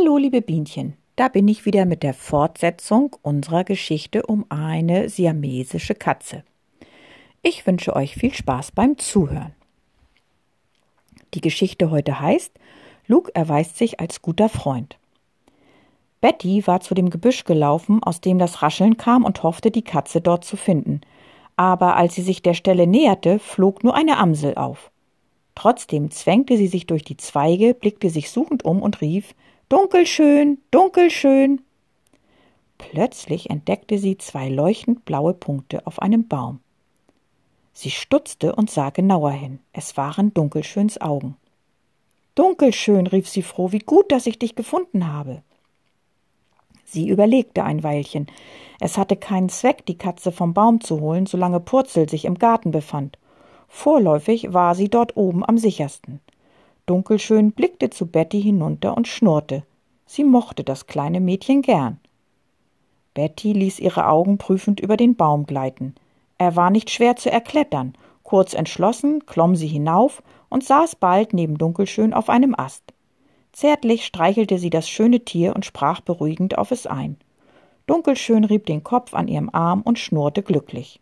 Hallo, liebe Bienchen, da bin ich wieder mit der Fortsetzung unserer Geschichte um eine siamesische Katze. Ich wünsche euch viel Spaß beim Zuhören. Die Geschichte heute heißt: Luke erweist sich als guter Freund. Betty war zu dem Gebüsch gelaufen, aus dem das Rascheln kam, und hoffte, die Katze dort zu finden. Aber als sie sich der Stelle näherte, flog nur eine Amsel auf. Trotzdem zwängte sie sich durch die Zweige, blickte sich suchend um und rief: »Dunkelschön, dunkelschön!« Plötzlich entdeckte sie zwei leuchtend blaue Punkte auf einem Baum. Sie stutzte und sah genauer hin. Es waren Dunkelschöns Augen. »Dunkelschön«, rief sie froh, »wie gut, dass ich dich gefunden habe.« Sie überlegte ein Weilchen. Es hatte keinen Zweck, die Katze vom Baum zu holen, solange Purzel sich im Garten befand. Vorläufig war sie dort oben am sichersten. Dunkelschön blickte zu Betty hinunter und schnurrte. Sie mochte das kleine Mädchen gern. Betty ließ ihre Augen prüfend über den Baum gleiten. Er war nicht schwer zu erklettern. Kurz entschlossen klomm sie hinauf und saß bald neben Dunkelschön auf einem Ast. Zärtlich streichelte sie das schöne Tier und sprach beruhigend auf es ein. Dunkelschön rieb den Kopf an ihrem Arm und schnurrte glücklich.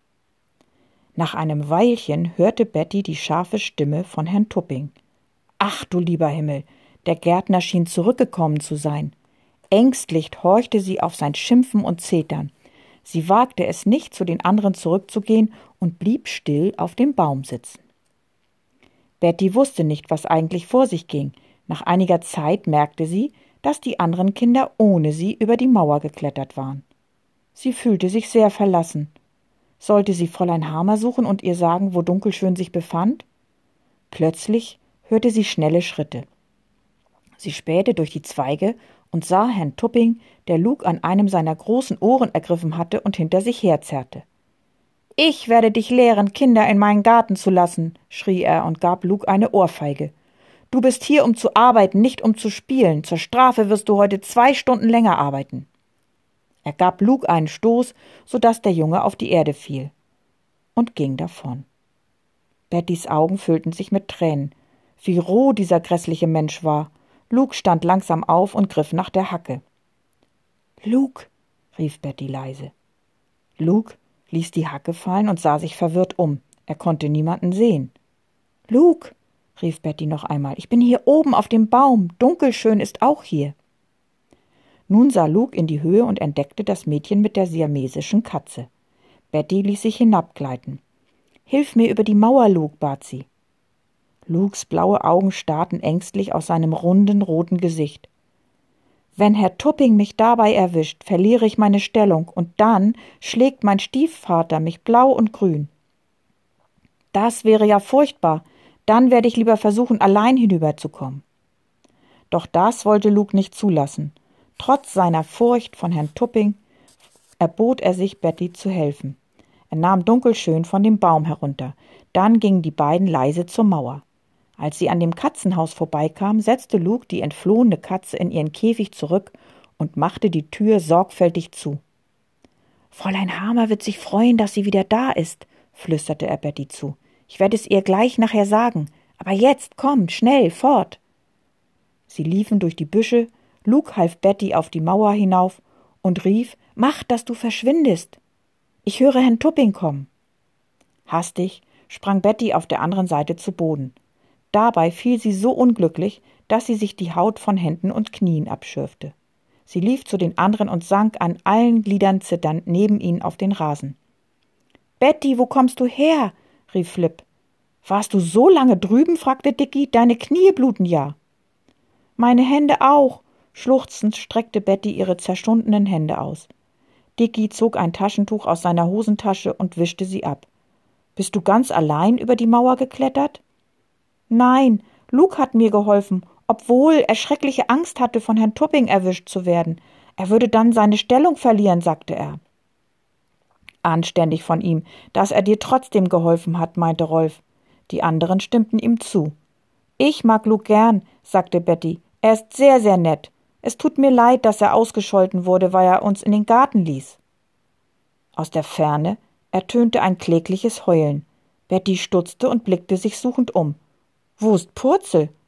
Nach einem Weilchen hörte Betty die scharfe Stimme von Herrn Tupping. »Ach du lieber Himmel«, der Gärtner schien zurückgekommen zu sein. Ängstlich horchte sie auf sein Schimpfen und Zetern. Sie wagte es nicht, zu den anderen zurückzugehen und blieb still auf dem Baum sitzen. Betty wusste nicht, was eigentlich vor sich ging. Nach einiger Zeit merkte sie, dass die anderen Kinder ohne sie über die Mauer geklettert waren. Sie fühlte sich sehr verlassen. Sollte sie Fräulein Hamer suchen und ihr sagen, wo Dunkelschön sich befand? Plötzlich hörte sie schnelle Schritte. Sie spähte durch die Zweige und sah Herrn Tupping, der Luke an einem seiner großen Ohren ergriffen hatte und hinter sich herzerrte. »Ich werde dich lehren, Kinder in meinen Garten zu lassen«, schrie er und gab Luke eine Ohrfeige. »Du bist hier, um zu arbeiten, nicht um zu spielen. Zur Strafe wirst du heute 2 Stunden länger arbeiten.« Er gab Luke einen Stoß, so daß der Junge auf die Erde fiel, und ging davon. Bettys Augen füllten sich mit Tränen. Wie roh dieser grässliche Mensch war. Luke stand langsam auf und griff nach der Hacke. »Luke«, rief Betty leise. Luke ließ die Hacke fallen und sah sich verwirrt um. Er konnte niemanden sehen. »Luke«, rief Betty noch einmal, »ich bin hier oben auf dem Baum. Dunkelschön ist auch hier.« Nun sah Luke in die Höhe und entdeckte das Mädchen mit der siamesischen Katze. Betty ließ sich hinabgleiten. »Hilf mir über die Mauer, Luke«, bat sie. Lukes blaue Augen starrten ängstlich aus seinem runden, roten Gesicht. »Wenn Herr Tupping mich dabei erwischt, verliere ich meine Stellung, und dann schlägt mein Stiefvater mich blau und grün.« »Das wäre ja furchtbar. Dann werde ich lieber versuchen, allein hinüberzukommen.« Doch das wollte Luke nicht zulassen. Trotz seiner Furcht von Herrn Tupping erbot er sich, Betty zu helfen. Er nahm Dunkelschön von dem Baum herunter. Dann gingen die beiden leise zur Mauer. Als sie an dem Katzenhaus vorbeikamen, setzte Luke die entflohene Katze in ihren Käfig zurück und machte die Tür sorgfältig zu. »Fräulein Hamer wird sich freuen, dass sie wieder da ist«, flüsterte er Betty zu. »Ich werde es ihr gleich nachher sagen. Aber jetzt, komm, schnell, fort!« Sie liefen durch die Büsche, Luke half Betty auf die Mauer hinauf und rief, »Mach, dass du verschwindest! Ich höre Herrn Tupping kommen.« Hastig sprang Betty auf der anderen Seite zu Boden. Dabei fiel sie so unglücklich, dass sie sich die Haut von Händen und Knien abschürfte. Sie lief zu den anderen und sank an allen Gliedern zitternd neben ihnen auf den Rasen. »Betty, wo kommst du her?« rief Flip. »Warst du so lange drüben?« fragte Dicky. »Deine Knie bluten ja.« »Meine Hände auch«, schluchzend streckte Betty ihre zerschundenen Hände aus. Dicky zog ein Taschentuch aus seiner Hosentasche und wischte sie ab. »Bist du ganz allein über die Mauer geklettert?« »Nein, Luke hat mir geholfen, obwohl er schreckliche Angst hatte, von Herrn Tupping erwischt zu werden. Er würde dann seine Stellung verlieren«, sagte er. »Anständig von ihm, dass er dir trotzdem geholfen hat«, meinte Rolf. Die anderen stimmten ihm zu. »Ich mag Luke gern«, sagte Betty. »Er ist sehr, sehr nett. Es tut mir leid, dass er ausgescholten wurde, weil er uns in den Garten ließ.« Aus der Ferne ertönte ein klägliches Heulen. Betty stutzte und blickte sich suchend um. »Wo ist Purzel?«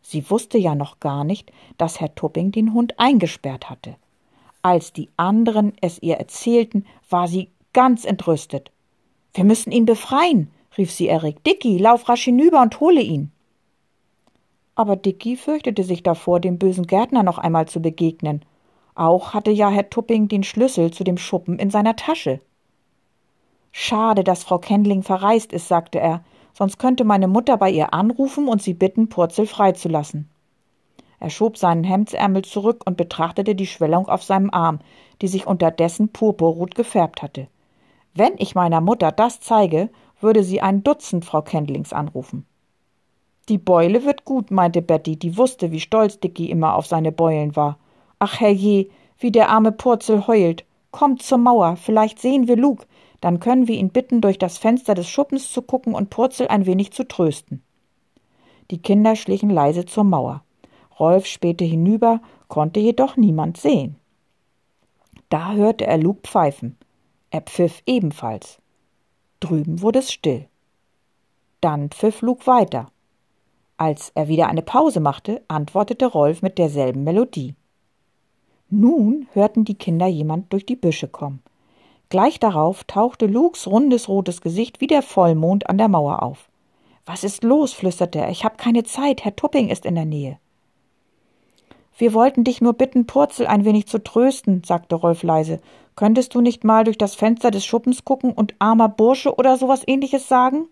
Sie wusste ja noch gar nicht, dass Herr Tupping den Hund eingesperrt hatte. Als die anderen es ihr erzählten, war sie ganz entrüstet. »Wir müssen ihn befreien«, rief sie erregt. »Dicky, lauf rasch hinüber und hole ihn.« Aber Dicky fürchtete sich davor, dem bösen Gärtner noch einmal zu begegnen. Auch hatte ja Herr Tupping den Schlüssel zu dem Schuppen in seiner Tasche. »Schade, dass Frau Kendling verreist ist«, sagte er, »sonst könnte meine Mutter bei ihr anrufen und sie bitten, Purzel freizulassen.« Er schob seinen Hemdsärmel zurück und betrachtete die Schwellung auf seinem Arm, die sich unterdessen purpurrot gefärbt hatte. »Wenn ich meiner Mutter das zeige, würde sie ein Dutzend Frau Kendlings anrufen.« »Die Beule wird gut«, meinte Betty, die wusste, wie stolz Dicky immer auf seine Beulen war. »Ach herrje, wie der arme Purzel heult. Kommt zur Mauer, vielleicht sehen wir Luke, dann können wir ihn bitten, durch das Fenster des Schuppens zu gucken und Purzel ein wenig zu trösten.« Die Kinder schlichen leise zur Mauer. Rolf spähte hinüber, konnte jedoch niemand sehen. Da hörte er Luke pfeifen. Er pfiff ebenfalls. Drüben wurde es still. Dann pfiff Luke weiter. Als er wieder eine Pause machte, antwortete Rolf mit derselben Melodie. Nun hörten die Kinder jemand durch die Büsche kommen. Gleich darauf tauchte Lukes rundes, rotes Gesicht wie der Vollmond an der Mauer auf. »Was ist los?«, flüsterte er. »Ich habe keine Zeit, Herr Tupping ist in der Nähe.« »Wir wollten dich nur bitten, Purzel ein wenig zu trösten«, sagte Rolf leise. »Könntest du nicht mal durch das Fenster des Schuppens gucken und armer Bursche oder sowas Ähnliches sagen?«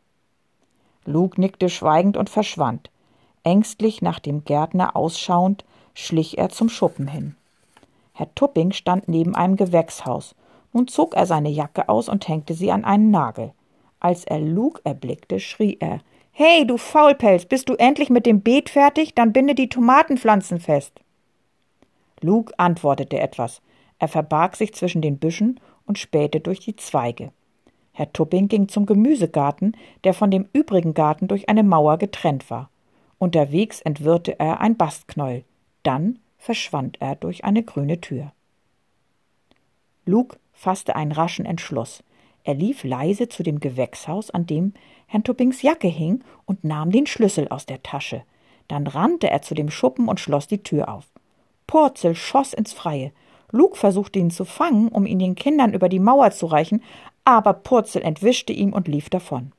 Luke nickte schweigend und verschwand. Ängstlich nach dem Gärtner ausschauend, schlich er zum Schuppen hin. Herr Tupping stand neben einem Gewächshaus. Nun zog er seine Jacke aus und hängte sie an einen Nagel. Als er Luke erblickte, schrie er: »Hey, du Faulpelz, bist du endlich mit dem Beet fertig? Dann binde die Tomatenpflanzen fest.« Luke antwortete etwas. Er verbarg sich zwischen den Büschen und spähte durch die Zweige. Herr Tupping ging zum Gemüsegarten, der von dem übrigen Garten durch eine Mauer getrennt war. Unterwegs entwirrte er ein Bastknäuel. Dann verschwand er durch eine grüne Tür. Luke fasste einen raschen Entschluss. Er lief leise zu dem Gewächshaus, an dem Herrn Tuppings Jacke hing, und nahm den Schlüssel aus der Tasche. Dann rannte er zu dem Schuppen und schloss die Tür auf. Purzel schoss ins Freie. Luke versuchte ihn zu fangen, um ihn den Kindern über die Mauer zu reichen, aber Purzel entwischte ihm und lief davon.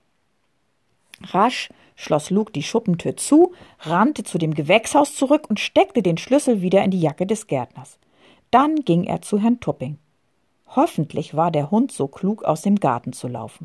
Rasch schloss Luke die Schuppentür zu, rannte zu dem Gewächshaus zurück und steckte den Schlüssel wieder in die Jacke des Gärtners. Dann ging er zu Herrn Tupping. Hoffentlich war der Hund so klug, aus dem Garten zu laufen.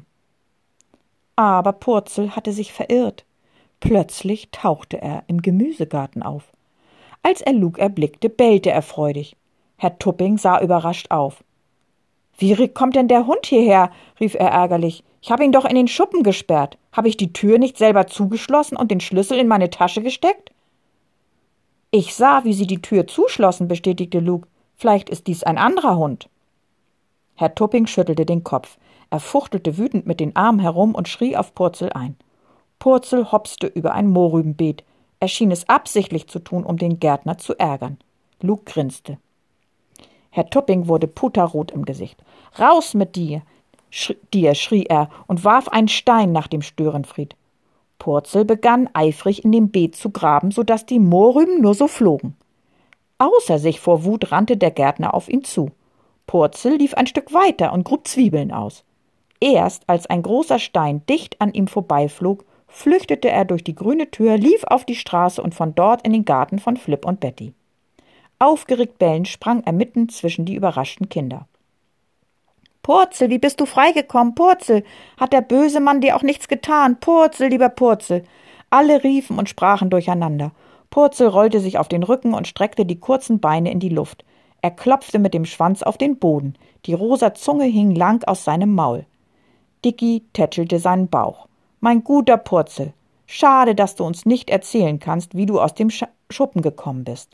Aber Purzel hatte sich verirrt. Plötzlich tauchte er im Gemüsegarten auf. Als er Luke erblickte, bellte er freudig. Herr Tupping sah überrascht auf. »Wie kommt denn der Hund hierher?«, rief er ärgerlich. »Ich habe ihn doch in den Schuppen gesperrt. Habe ich die Tür nicht selber zugeschlossen und den Schlüssel in meine Tasche gesteckt?« »Ich sah, wie Sie die Tür zuschlossen«, bestätigte Luke. »Vielleicht ist dies ein anderer Hund.« Herr Tupping schüttelte den Kopf. Er fuchtelte wütend mit den Armen herum und schrie auf Purzel ein. Purzel hopste über ein Mohrrübenbeet. Er schien es absichtlich zu tun, um den Gärtner zu ärgern. Luke grinste. Herr Tupping wurde puterrot im Gesicht. »Raus mit dir!« schrie er und warf einen Stein nach dem Störenfried. Purzel begann eifrig in dem Beet zu graben, so daß die Mohrrüben nur so flogen. Außer sich vor Wut rannte der Gärtner auf ihn zu. Purzel lief ein Stück weiter und grub Zwiebeln aus. Erst als ein großer Stein dicht an ihm vorbeiflog, flüchtete er durch die grüne Tür, lief auf die Straße und von dort in den Garten von Flip und Betty. Aufgeregt bellend sprang er mitten zwischen die überraschten Kinder. »Purzel, wie bist du freigekommen? Purzel, hat der böse Mann dir auch nichts getan? Purzel, lieber Purzel!« Alle riefen und sprachen durcheinander. Purzel rollte sich auf den Rücken und streckte die kurzen Beine in die Luft. Er klopfte mit dem Schwanz auf den Boden. Die rosa Zunge hing lang aus seinem Maul. Dicky tätschelte seinen Bauch. »Mein guter Purzel, schade, dass du uns nicht erzählen kannst, wie du aus dem Schuppen gekommen bist.«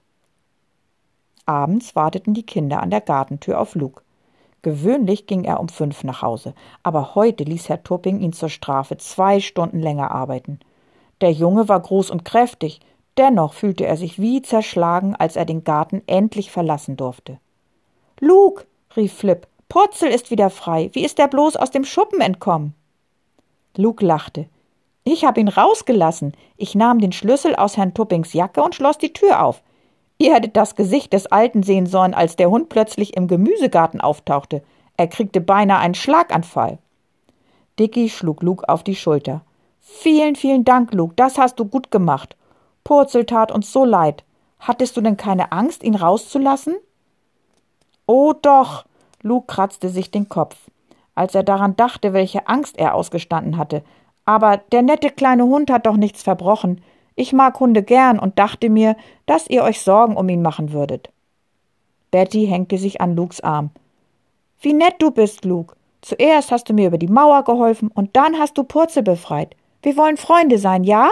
Abends warteten die Kinder an der Gartentür auf Luke. Gewöhnlich ging er um 5 nach Hause, aber heute ließ Herr Tupping ihn zur Strafe 2 Stunden länger arbeiten. Der Junge war groß und kräftig, dennoch fühlte er sich wie zerschlagen, als er den Garten endlich verlassen durfte. »Luke«, rief Flip, »Purzel ist wieder frei. Wie ist er bloß aus dem Schuppen entkommen?« Luke lachte. Ich habe ihn rausgelassen. Ich nahm den Schlüssel aus Herrn Tuppings Jacke und schloss die Tür auf. Ihr hättet das Gesicht des Alten sehen sollen, als der Hund plötzlich im Gemüsegarten auftauchte. Er kriegte beinahe einen Schlaganfall. Dicky schlug Luke auf die Schulter. »Vielen, vielen Dank, Luke, das hast du gut gemacht. Purzel tat uns so leid. Hattest du denn keine Angst, ihn rauszulassen?« »Oh doch«, Luke kratzte sich den Kopf, als er daran dachte, welche Angst er ausgestanden hatte. »Aber der nette kleine Hund hat doch nichts verbrochen. Ich mag Hunde gern und dachte mir, dass ihr euch Sorgen um ihn machen würdet.« Betty hängte sich an Lukes Arm. »Wie nett du bist, Luke. Zuerst hast du mir über die Mauer geholfen und dann hast du Purzel befreit. Wir wollen Freunde sein, ja?«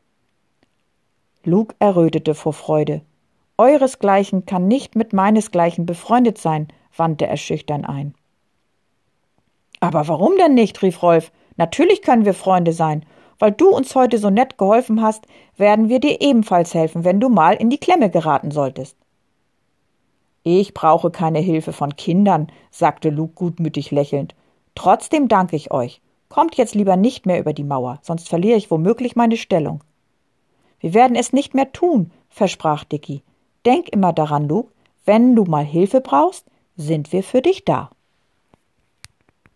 Luke errötete vor Freude. »Euresgleichen kann nicht mit meinesgleichen befreundet sein«, wandte er schüchtern ein. »Aber warum denn nicht?«, rief Rolf. »Natürlich können wir Freunde sein. Weil du uns heute so nett geholfen hast, werden wir dir ebenfalls helfen, wenn du mal in die Klemme geraten solltest.« »Ich brauche keine Hilfe von Kindern«, sagte Luke gutmütig lächelnd. »Trotzdem danke ich euch. Kommt jetzt lieber nicht mehr über die Mauer, sonst verliere ich womöglich meine Stellung.« »Wir werden es nicht mehr tun«, versprach Dicky. »Denk immer daran, Luke, wenn du mal Hilfe brauchst, sind wir für dich da.«